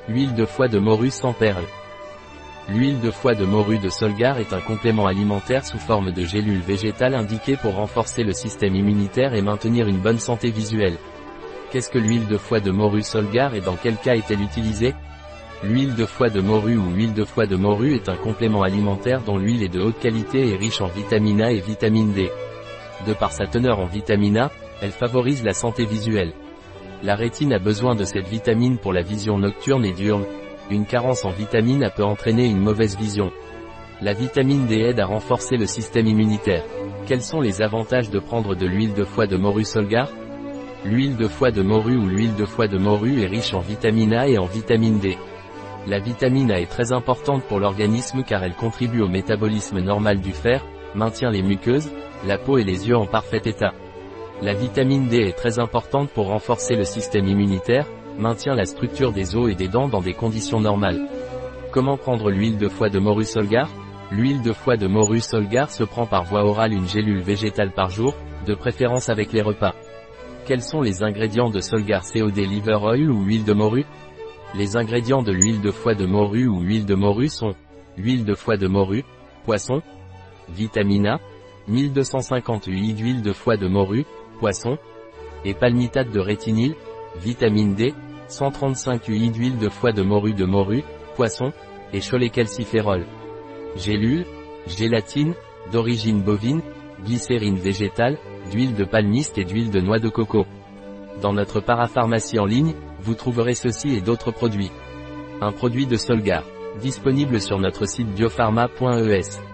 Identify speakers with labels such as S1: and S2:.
S1: Huile de foie de morue sans perles. L'huile de foie de morue de Solgar est un complément alimentaire sous forme de gélules végétales indiqué pour renforcer le système immunitaire et maintenir une bonne santé visuelle. Qu'est-ce que l'huile de foie de morue Solgar et dans quel cas est-elle utilisée? L'huile de foie de morue ou huile de foie de morue est un complément alimentaire dont l'huile est de haute qualité et riche en vitamine A et vitamine D. De par sa teneur en vitamine A, elle favorise la santé visuelle. La rétine a besoin de cette vitamine pour la vision nocturne et diurne. Une carence en vitamine A peut entraîner une mauvaise vision. La vitamine D aide à renforcer le système immunitaire. Quels sont les avantages de prendre de l'huile de foie de morue Solgar? L'huile de foie de morue ou l'huile de foie de morue est riche en vitamine A et en vitamine D. La vitamine A est très importante pour l'organisme car elle contribue au métabolisme normal du fer, maintient les muqueuses, la peau et les yeux en parfait état. La vitamine D est très importante pour renforcer le système immunitaire, maintient la structure des os et des dents dans des conditions normales. Comment prendre l'huile de foie de morue Solgar? L'huile de foie de morue Solgar se prend par voie orale une gélule végétale par jour, de préférence avec les repas. Quels sont les ingrédients de Solgar COD Liver Oil ou huile de morue? Les ingrédients de l'huile de foie de morue ou huile de morue sont huile de foie de morue, poisson, vitamine A, 1250 UI d'huile de foie de morue, poisson, et palmitate de rétinyle, vitamine D, 135 UI d'huile de foie de morue, poisson, et cholécalciférol. Gélules, gélatine, d'origine bovine, glycérine végétale, d'huile de palmiste et d'huile de noix de coco. Dans notre parapharmacie en ligne, vous trouverez ceci et d'autres produits. Un produit de Solgar, disponible sur notre site biopharma.es.